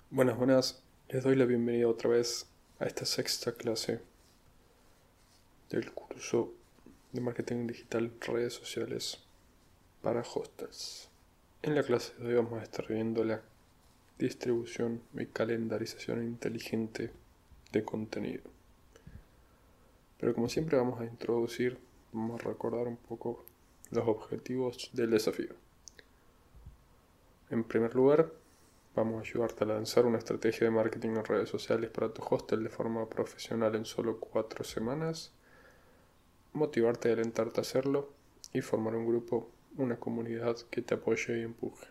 Buenas, buenas. Les doy la bienvenida otra vez a esta sexta clase del curso de marketing digital redes sociales para hostels. En la clase de hoy vamos a estar viendo la distribución y calendarización inteligente de contenido. Pero como siempre vamos a recordar un poco los objetivos del desafío. En primer lugar, vamos a ayudarte a lanzar una estrategia de marketing en redes sociales para tu hostel de forma profesional en solo 4 semanas, motivarte y alentarte a hacerlo y formar un grupo, una comunidad que te apoye y empuje.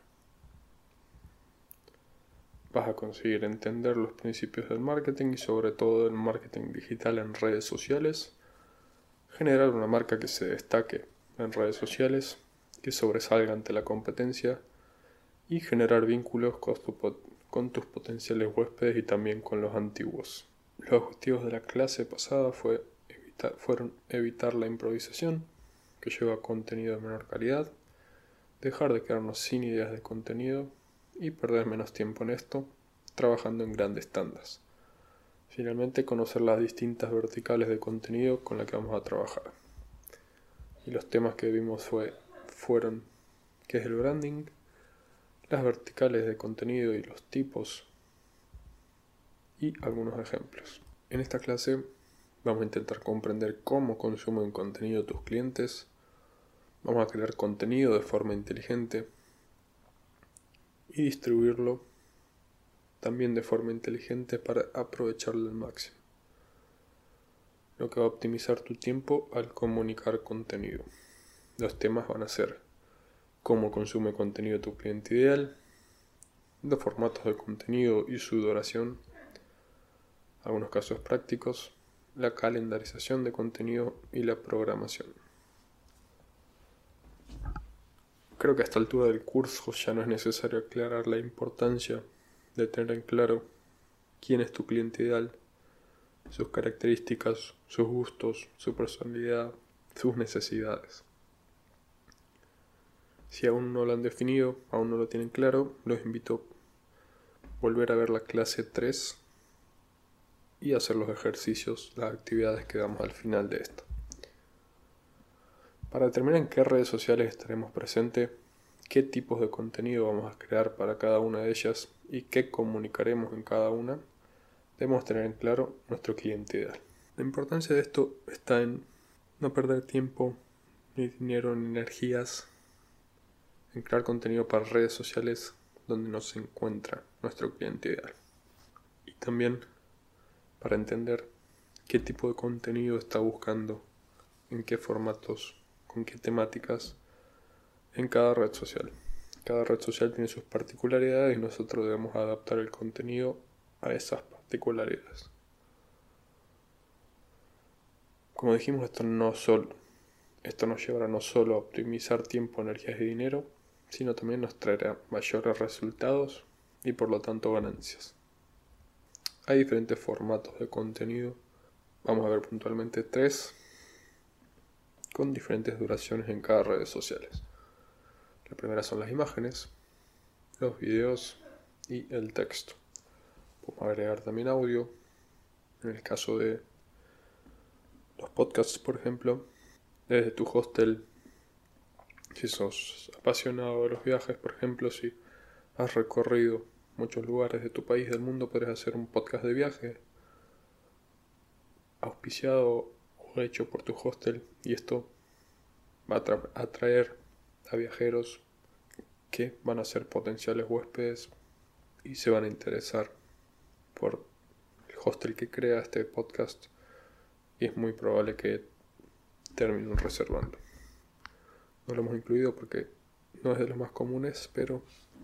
Vas a conseguir entender los principios del marketing y sobre todo del marketing digital en redes sociales, generar una marca que se destaque en redes sociales, que sobresalga ante la competencia y generar vínculos con tus potenciales huéspedes y también con los antiguos. Los objetivos de la clase pasada fueron evitar la improvisación, que lleva a contenido de menor calidad, dejar de quedarnos sin ideas de contenido y perder menos tiempo en esto, trabajando en grandes tandas. Finalmente, conocer las distintas verticales de contenido con las que vamos a trabajar. Y los temas que vimos fueron qué es el branding, las verticales de contenido y los tipos, y algunos ejemplos. En esta clase vamos a intentar comprender cómo consumen contenido tus clientes, vamos a crear contenido de forma inteligente y distribuirlo también de forma inteligente para aprovecharlo al máximo, lo que va a optimizar tu tiempo al comunicar contenido. Los temas van a ser cómo consume contenido tu cliente ideal, los formatos de contenido y su duración, algunos casos prácticos, la calendarización de contenido y la programación. Creo que a esta altura del curso ya no es necesario aclarar la importancia de tener en claro quién es tu cliente ideal, sus características, sus gustos, su personalidad, sus necesidades. Si aún no lo han definido, aún no lo tienen claro, los invito a volver a ver la clase 3 y hacer los ejercicios, las actividades que damos al final de esto. Para determinar en qué redes sociales estaremos presentes, qué tipos de contenido vamos a crear para cada una de ellas y qué comunicaremos en cada una, debemos tener en claro nuestro cliente ideal. La importancia de esto está en no perder tiempo, ni dinero, ni energías en crear contenido para redes sociales donde no se encuentra nuestro cliente ideal. Y también para entender qué tipo de contenido está buscando, en qué formatos, con qué temáticas en cada red social. Cada red social tiene sus particularidades y nosotros debemos adaptar el contenido a esas particularidades. Como dijimos, esto nos llevará no solo a optimizar tiempo, energías y dinero, sino también nos traerá mayores resultados y por lo tanto ganancias. Hay diferentes formatos de contenido, vamos a ver puntualmente 3, con diferentes duraciones en cada redes sociales. La primera son las imágenes, los videos y el texto. Podemos agregar también audio, en el caso de los podcasts, por ejemplo, desde tu hostel. Si sos apasionado de los viajes, por ejemplo, si has recorrido muchos lugares de tu país, del mundo, podrías hacer un podcast de viaje auspiciado o hecho por tu hostel, y esto va a atraer a viajeros que van a ser potenciales huéspedes y se van a interesar por el hostel que crea este podcast, y es muy probable que terminen reservando. No lo hemos incluido porque no es de los más comunes, pero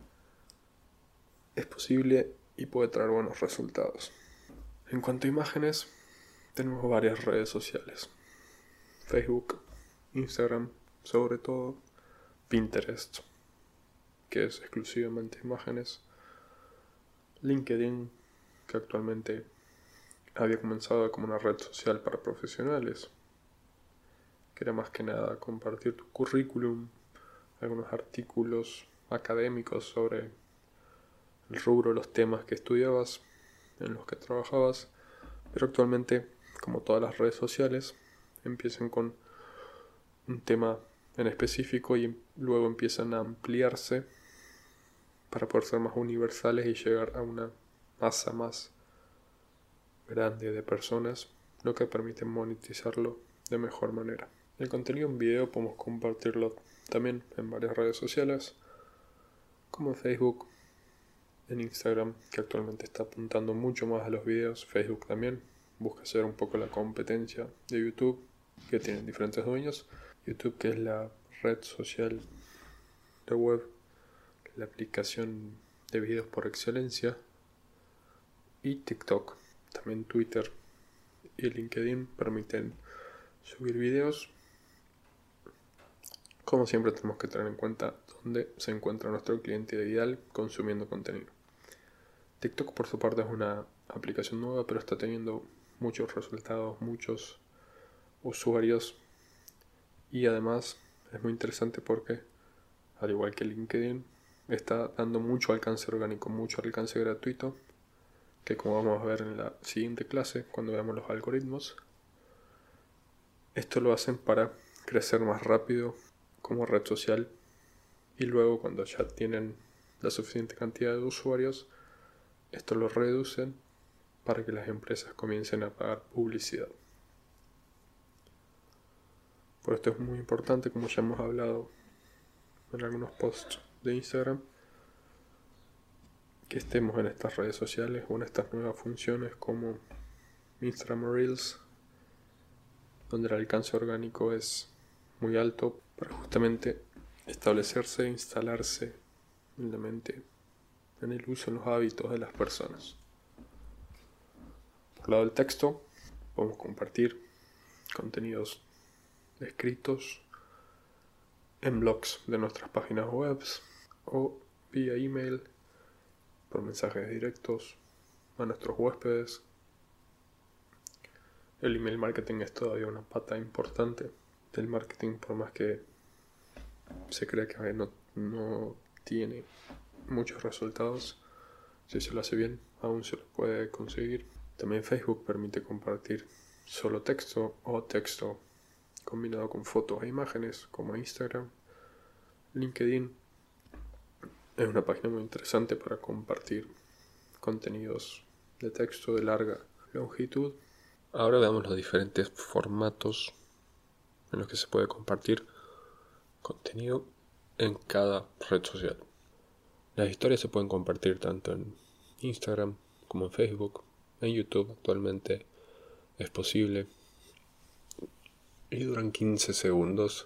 es posible y puede traer buenos resultados. En cuanto a imágenes, tenemos varias redes sociales: Facebook, Instagram, sobre todo Pinterest, que es exclusivamente imágenes, LinkedIn, que actualmente había comenzado como una red social para profesionales, que era más que nada compartir tu currículum, algunos artículos académicos sobre el rubro, los temas que estudiabas, en los que trabajabas, pero actualmente, como todas las redes sociales, empiezan con un tema en específico y luego empiezan a ampliarse para poder ser más universales y llegar a una masa más grande de personas, lo que permite monetizarlo de mejor manera. El contenido en video podemos compartirlo también en varias redes sociales, como en Facebook, en Instagram, que actualmente está apuntando mucho más a los videos. Facebook también busca ser un poco la competencia de YouTube, que tienen diferentes dueños. YouTube, que es la red social de web, la aplicación de videos por excelencia, y TikTok. También Twitter y LinkedIn permiten subir videos. Como siempre, tenemos que tener en cuenta dónde se encuentra nuestro cliente ideal consumiendo contenido. TikTok, por su parte, es una aplicación nueva, pero está teniendo muchos resultados, muchos usuarios, y además es muy interesante porque, al igual que LinkedIn, está dando mucho alcance orgánico, mucho alcance gratuito, que, como vamos a ver en la siguiente clase, cuando veamos los algoritmos, esto lo hacen para crecer más rápido como red social, y luego, cuando ya tienen la suficiente cantidad de usuarios, esto lo reducen para que las empresas comiencen a pagar publicidad. Por esto es muy importante, como ya hemos hablado en algunos posts de Instagram, que estemos en estas redes sociales o en estas nuevas funciones como Instagram Reels, donde el alcance orgánico es muy alto, para justamente establecerse e instalarse en la mente, en el uso, en los hábitos de las personas. Por el lado del texto, podemos compartir contenidos escritos en blogs de nuestras páginas web o vía email, por mensajes directos a nuestros huéspedes. El email marketing es todavía una pata importante del marketing, por más que se cree que no tiene muchos resultados. Si se lo hace bien, aún se lo puede conseguir. También Facebook permite compartir solo texto o texto combinado con fotos e imágenes, como Instagram. LinkedIn es una página muy interesante para compartir contenidos de texto de larga longitud. Ahora veamos los diferentes formatos en los que se puede compartir contenido en cada red social. Las historias se pueden compartir tanto en Instagram como en Facebook. En YouTube actualmente es posible y duran 15 segundos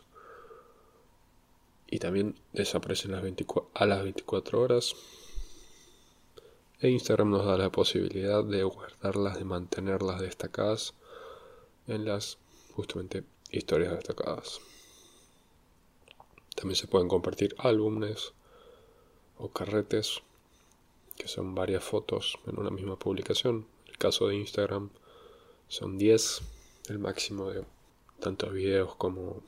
y también desaparecen a las 24 horas. E Instagram nos da la posibilidad de guardarlas, de mantenerlas destacadas en las justamente historias destacadas. También se pueden compartir álbumes o carretes, que son varias fotos en una misma publicación. En el caso de Instagram son 10, el máximo de tanto videos como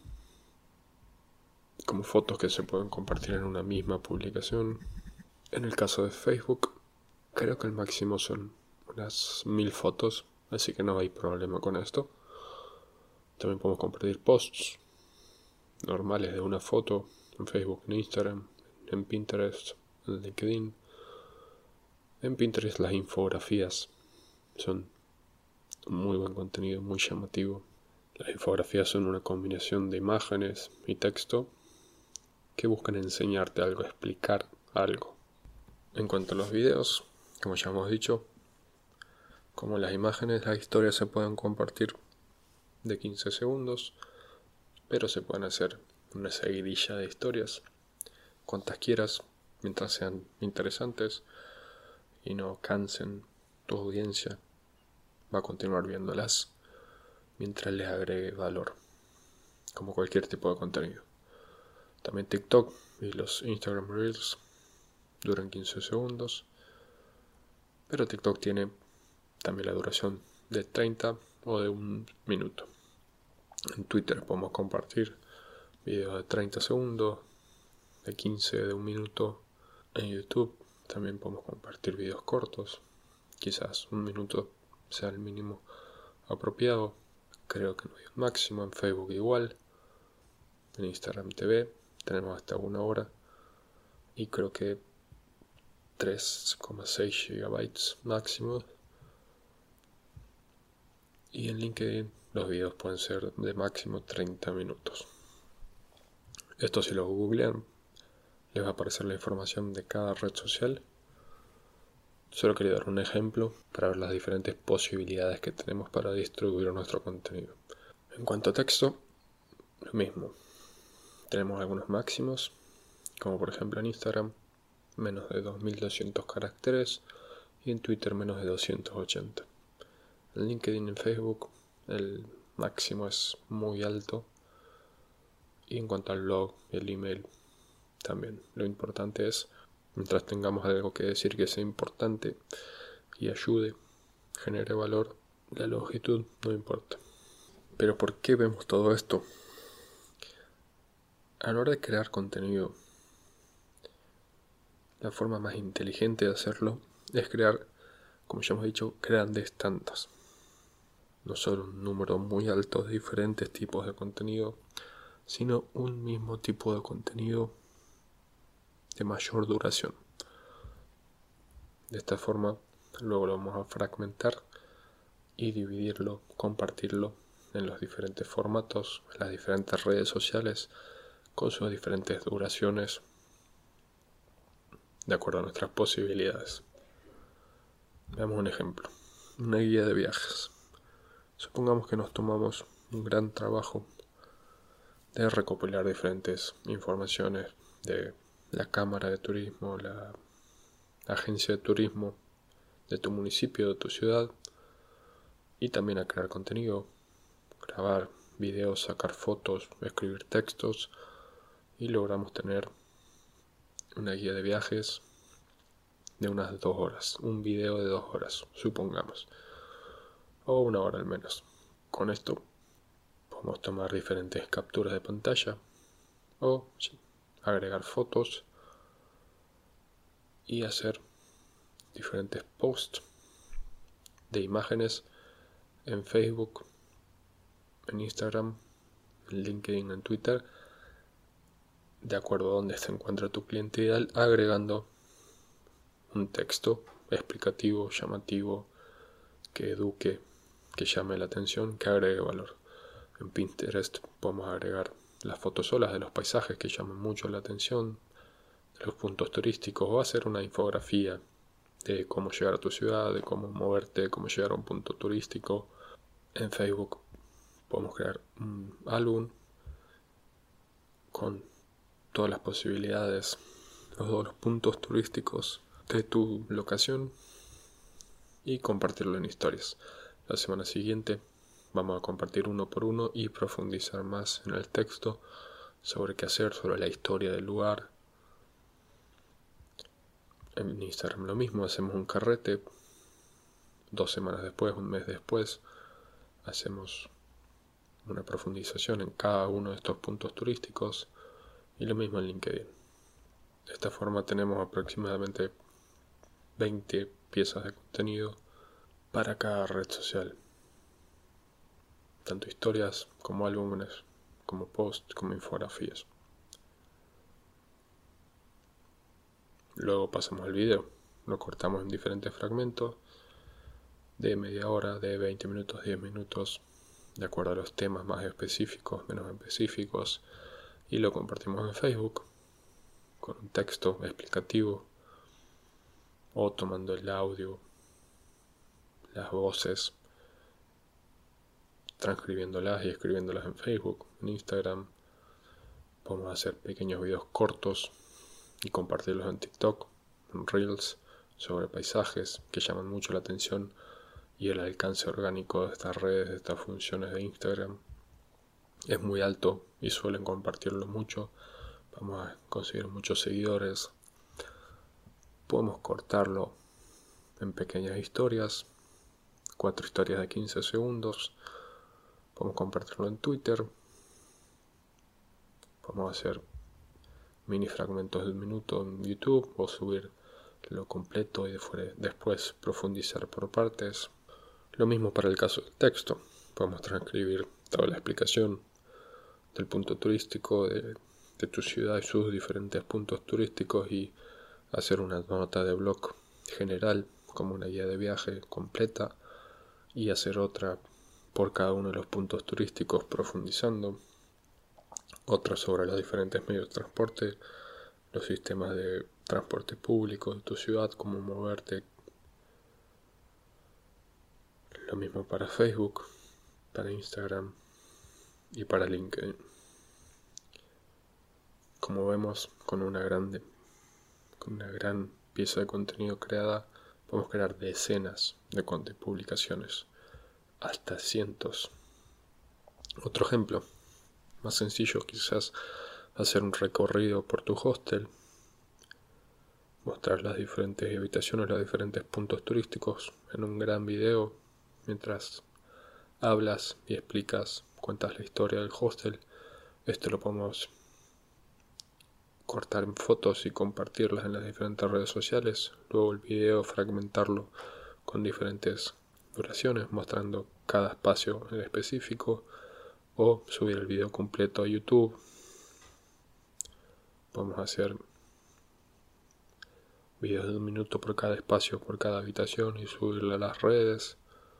fotos que se pueden compartir en una misma publicación. En el caso de Facebook, creo que el máximo son unas 1000 fotos, así que no hay problema con esto. También podemos compartir posts normales de una foto en Facebook, en Instagram, en Pinterest, en LinkedIn. En Pinterest las infografías son muy buen contenido, muy llamativo. Las infografías son una combinación de imágenes y texto que buscan enseñarte algo, explicar algo. En cuanto a los videos, como ya hemos dicho, como las imágenes, las historias se pueden compartir de 15 segundos, pero se pueden hacer una seguidilla de historias, cuantas quieras, mientras sean interesantes y no cansen tu audiencia. Va a continuar viéndolas mientras les agregue valor, como cualquier tipo de contenido. También TikTok y los Instagram Reels duran 15 segundos, pero TikTok tiene también la duración de 30 o de 1 minuto. En Twitter podemos compartir videos de 30 segundos, de 15, de 1 minuto. En YouTube También podemos compartir videos cortos, quizás 1 minuto sea el mínimo apropiado. Creo que no hay un máximo, en Facebook igual, en Instagram TV tenemos hasta 1 hora y creo que 3,6 GB máximo. Y en LinkedIn los videos pueden ser de máximo 30 minutos. Esto, si lo googlean, les va a aparecer la información de cada red social. Solo quería dar un ejemplo para ver las diferentes posibilidades que tenemos para distribuir nuestro contenido. En cuanto a texto, lo mismo. Tenemos algunos máximos, como por ejemplo en Instagram, menos de 2200 caracteres, y en Twitter menos de 280. En LinkedIn y en Facebook el máximo es muy alto, y en cuanto al blog y el email también. Lo importante es, mientras tengamos algo que decir que sea importante y ayude, genere valor, la longitud no importa. Pero ¿por qué vemos todo esto? A la hora de crear contenido, la forma más inteligente de hacerlo es crear, como ya hemos dicho, grandes tandas. No solo un número muy alto de diferentes tipos de contenido, sino un mismo tipo de contenido de mayor duración. De esta forma, luego lo vamos a fragmentar y dividirlo, compartirlo en los diferentes formatos, en las diferentes redes sociales, con sus diferentes duraciones, de acuerdo a nuestras posibilidades. Veamos un ejemplo, una guía de viajes. Supongamos que nos tomamos un gran trabajo de recopilar diferentes informaciones de la Cámara de Turismo, la Agencia de Turismo de tu municipio, de tu ciudad, y también a crear contenido, grabar videos, sacar fotos, escribir textos, y logramos tener una guía de viajes de unas 2 horas, un video de 2 horas, supongamos, o 1 hora al menos. Con esto podemos tomar diferentes capturas de pantalla o agregar fotos y hacer diferentes posts de imágenes en Facebook, en Instagram, en LinkedIn, en Twitter, de acuerdo a donde se encuentra tu cliente ideal, agregando un texto explicativo, llamativo, que eduque, que llame la atención, que agregue valor. En Pinterest podemos agregar las fotos solas de los paisajes que llaman mucho la atención, de los puntos turísticos, o hacer una infografía de cómo llegar a tu ciudad, de cómo moverte, cómo llegar a un punto turístico. En Facebook podemos crear un álbum con todas las posibilidades, todos los puntos turísticos de tu locación y compartirlo en historias. La semana siguiente vamos a compartir uno por uno y profundizar más en el texto sobre qué hacer, sobre la historia del lugar. En Instagram lo mismo, hacemos un carrete, 2 semanas después, un mes después, hacemos una profundización en cada uno de estos puntos turísticos, y lo mismo en LinkedIn. De esta forma tenemos aproximadamente 20 piezas de contenido para cada red social, tanto historias como álbumes, como posts, como infografías. Luego pasamos al video, lo cortamos en diferentes fragmentos de media hora, de 20 minutos, 10 minutos, de acuerdo a los temas más específicos, menos específicos, y lo compartimos en Facebook con un texto explicativo, o tomando el audio, las voces, transcribiéndolas y escribiéndolas en Facebook, en Instagram. Podemos hacer pequeños videos cortos y compartirlos en TikTok, en Reels, sobre paisajes que llaman mucho la atención, y el alcance orgánico de estas redes, de estas funciones de Instagram, es muy alto y suelen compartirlo mucho. Vamos a conseguir muchos seguidores. Podemos cortarlo en pequeñas historias, 4 historias de 15 segundos. Podemos compartirlo en Twitter. Podemos hacer mini fragmentos de 1 minuto en YouTube o subir lo completo y después profundizar por partes. Lo mismo para el caso del texto. Podemos transcribir toda la explicación del punto turístico de tu ciudad y sus diferentes puntos turísticos y hacer una nota de blog general como una guía de viaje completa y hacer otra por cada uno de los puntos turísticos profundizando, otra sobre los diferentes medios de transporte, los sistemas de transporte público de tu ciudad, cómo moverte. Lo mismo para Facebook, para Instagram y para LinkedIn. Como vemos, con una gran pieza de contenido creada, podemos crear decenas de publicaciones, hasta cientos. Otro ejemplo, más sencillo quizás, hacer un recorrido por tu hostel, mostrar las diferentes habitaciones, los diferentes puntos turísticos en un gran video, mientras hablas y explicas, cuentas la historia del hostel. Esto lo podemos cortar en fotos y compartirlas en las diferentes redes sociales, luego el video fragmentarlo con diferentes duraciones mostrando cada espacio en específico, o subir el video completo a YouTube. Podemos hacer videos de 1 minuto por cada espacio, por cada habitación y subirlo a las redes.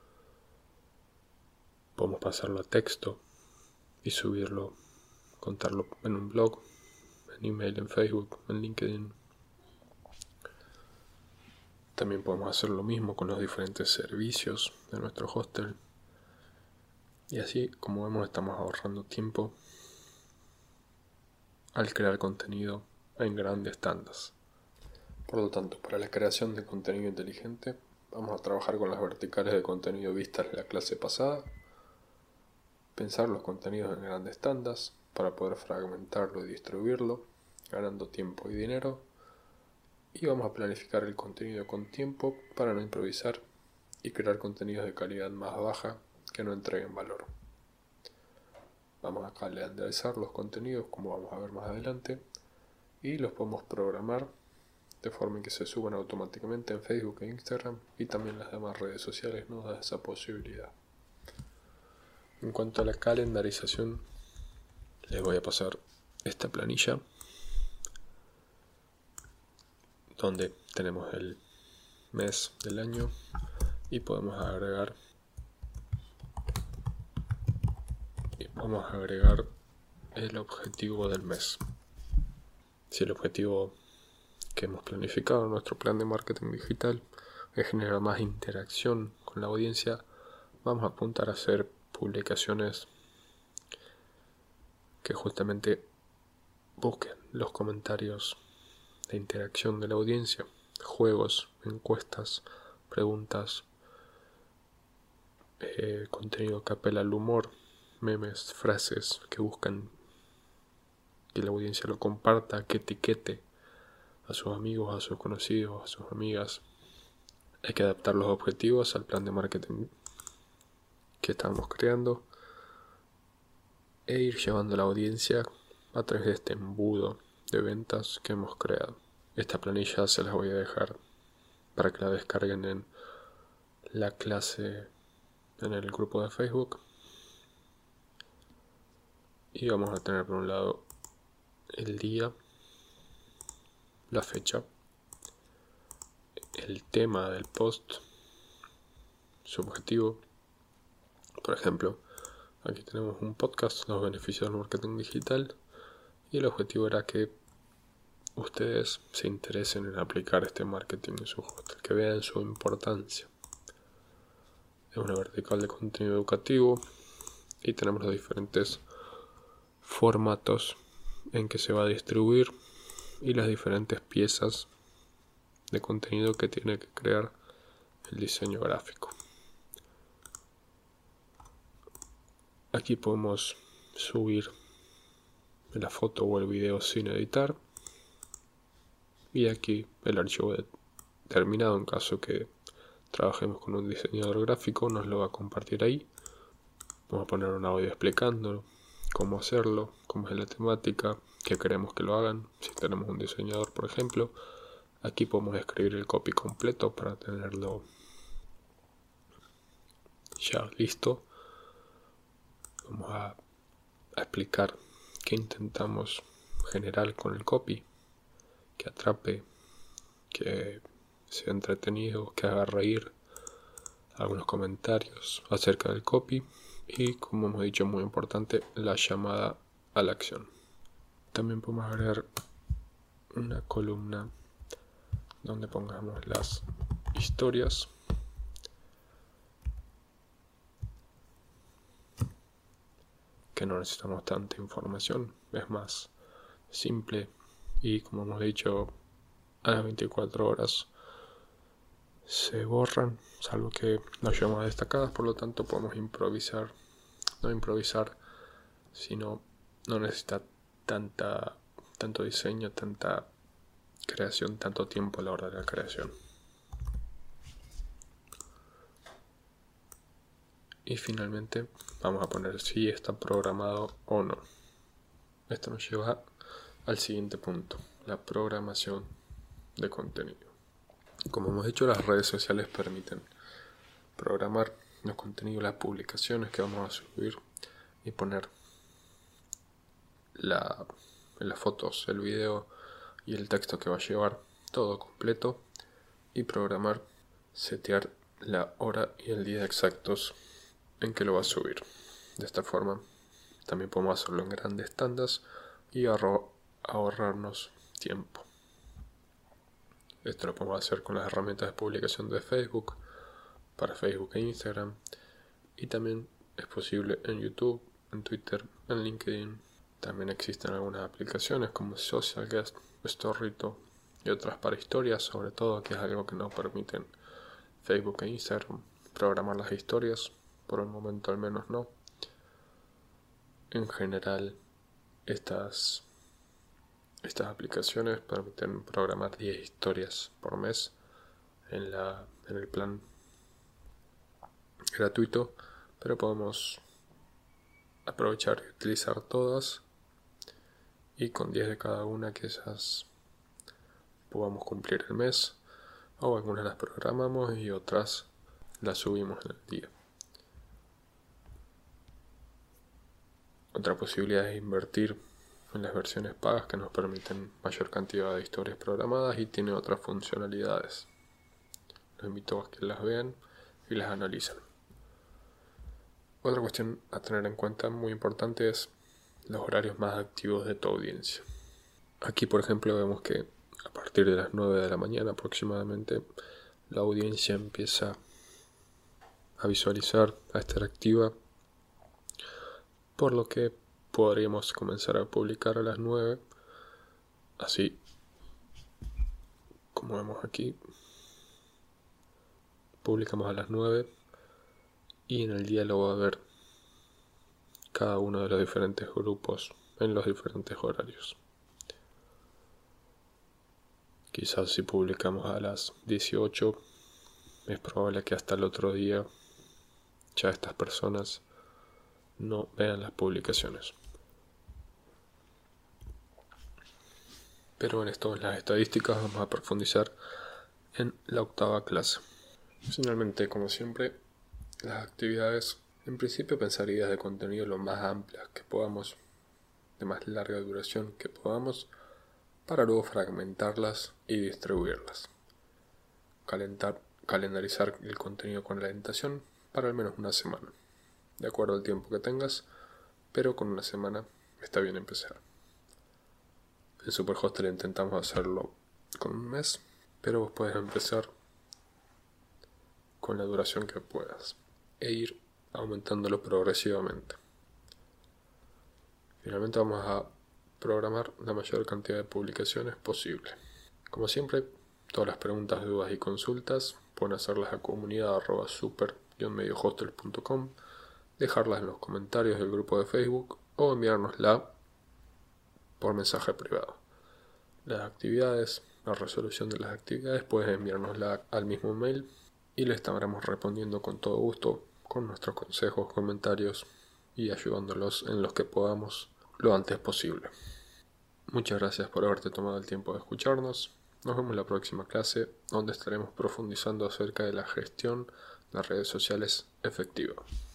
Podemos pasarlo a texto y subirlo, contarlo en un blog, en email, en Facebook, en LinkedIn. También podemos hacer lo mismo con los diferentes servicios de nuestro hostel. Y así, como vemos, estamos ahorrando tiempo al crear contenido en grandes tandas. Por lo tanto, para la creación de contenido inteligente, vamos a trabajar con las verticales de contenido vistas en la clase pasada, pensar los contenidos en grandes tandas para poder fragmentarlo y distribuirlo, ganando tiempo y dinero, y vamos a planificar el contenido con tiempo para no improvisar y crear contenidos de calidad más baja que no entreguen valor. Vamos a calendarizar los contenidos, como vamos a ver más adelante, y los podemos programar de forma en que se suban automáticamente en Facebook e Instagram, y también las demás redes sociales nos da esa posibilidad. En cuanto a la calendarización, les voy a pasar esta planilla donde tenemos el mes del año y podemos agregar el objetivo del mes. Si el objetivo que hemos planificado en nuestro plan de marketing digital es generar más interacción con la audiencia, vamos a apuntar a hacer publicaciones que justamente busquen los comentarios de interacción de la audiencia, juegos, encuestas, preguntas, contenido que apela al humor, memes, frases que buscan que la audiencia lo comparta, que etiquete a sus amigos, a sus conocidos, a sus amigas. Hay que adaptar los objetivos al plan de marketing que estamos creando e ir llevando a la audiencia a través de este embudo de ventas que hemos creado. Esta planilla se las voy a dejar para que la descarguen en la clase, en el grupo de Facebook. Y vamos a tener por un lado el día, la fecha, el tema del post, su objetivo. Por ejemplo, aquí tenemos un podcast, los beneficios del marketing digital, y el objetivo era que ustedes se interesen en aplicar este marketing en su hostel, que vean su importancia. Es una vertical de contenido educativo y tenemos los diferentes formatos en que se va a distribuir y las diferentes piezas de contenido que tiene que crear el diseño gráfico. Aquí podemos subir la foto o el video sin editar, y aquí el archivo terminado, en caso que trabajemos con un diseñador gráfico, nos lo va a compartir ahí. Vamos a poner un audio explicando cómo hacerlo, cómo es la temática, qué queremos que lo hagan. Si tenemos un diseñador, por ejemplo, Aquí podemos escribir el copy completo para tenerlo ya listo. Vamos a explicar qué intentamos generar con el copy, que atrape, que sea entretenido, que haga reír, algunos comentarios acerca del copy y, como hemos dicho, muy importante, la llamada a la acción. También podemos agregar una columna donde pongamos las historias, que no necesitamos tanta información, es más simple y, como hemos dicho, a las 24 horas se borran, salvo que nos llamadas destacadas, por lo tanto podemos improvisar, no improvisar, sino no necesita tanto diseño, tanta creación, tanto tiempo a la hora de la creación. Y finalmente vamos a poner si está programado o no. Esto nos lleva al siguiente punto, la programación de contenido. Como hemos dicho, las redes sociales permiten programar los contenidos, las publicaciones que vamos a subir y poner las fotos, el video y el texto que va a llevar, todo completo, y programar, setear la hora y el día exactos en que lo va a subir. De esta forma también podemos hacerlo en grandes tandas y ahorrarnos tiempo. Esto lo podemos hacer con las herramientas de publicación de Facebook, para Facebook e Instagram, y también es posible en YouTube, en Twitter, en LinkedIn. También existen algunas aplicaciones como Social Guest, Storyto y otras para historias, sobre todo, que es algo que no permiten Facebook e Instagram, programar las historias, por el momento al menos no. En general, estas aplicaciones permiten programar 10 historias por mes en el plan gratuito, pero podemos aprovechar y utilizar todas, y con 10 de cada una que esas podamos cumplir el mes, o algunas las programamos y otras las subimos en el día. Otra posibilidad es invertir en las versiones pagas, que nos permiten mayor cantidad de historias programadas y tiene otras funcionalidades. Los invito a que las vean y las analicen. Otra cuestión a tener en cuenta muy importante es los horarios más activos de tu audiencia. Aquí, por ejemplo, vemos que a partir de las 9 de la mañana aproximadamente la audiencia empieza a visualizar, a estar activa, por lo que podríamos comenzar a publicar a las 9, así como vemos aquí, publicamos a las 9 y en el día lo va a ver cada uno de los diferentes grupos en los diferentes horarios. Quizás si publicamos a las 18, es probable que hasta el otro día ya estas personas no vean las publicaciones. Pero en esto, en las estadísticas, vamos a profundizar en la octava clase. Finalmente, como siempre, las actividades, en principio pensar ideas de contenido lo más amplias que podamos, de más larga duración que podamos, para luego fragmentarlas y distribuirlas. Calendarizar el contenido con la orientación para al menos una semana, de acuerdo al tiempo que tengas, pero con una semana está bien empezar. En Superhostel intentamos hacerlo con un mes, pero vos puedes empezar con la duración que puedas e ir aumentándolo progresivamente. Finalmente vamos a programar la mayor cantidad de publicaciones posible. Como siempre, todas las preguntas, dudas y consultas pueden hacerlas a comunidad@super-mediohostel.com, dejarlas en los comentarios del grupo de Facebook o enviárnosla por mensaje privado. Las actividades, la resolución de las actividades, puedes enviárnosla al mismo mail y le estaremos respondiendo con todo gusto, con nuestros consejos, comentarios y ayudándolos en los que podamos lo antes posible. Muchas gracias por haberte tomado el tiempo de escucharnos. Nos vemos en la próxima clase, donde estaremos profundizando acerca de la gestión de redes sociales efectiva.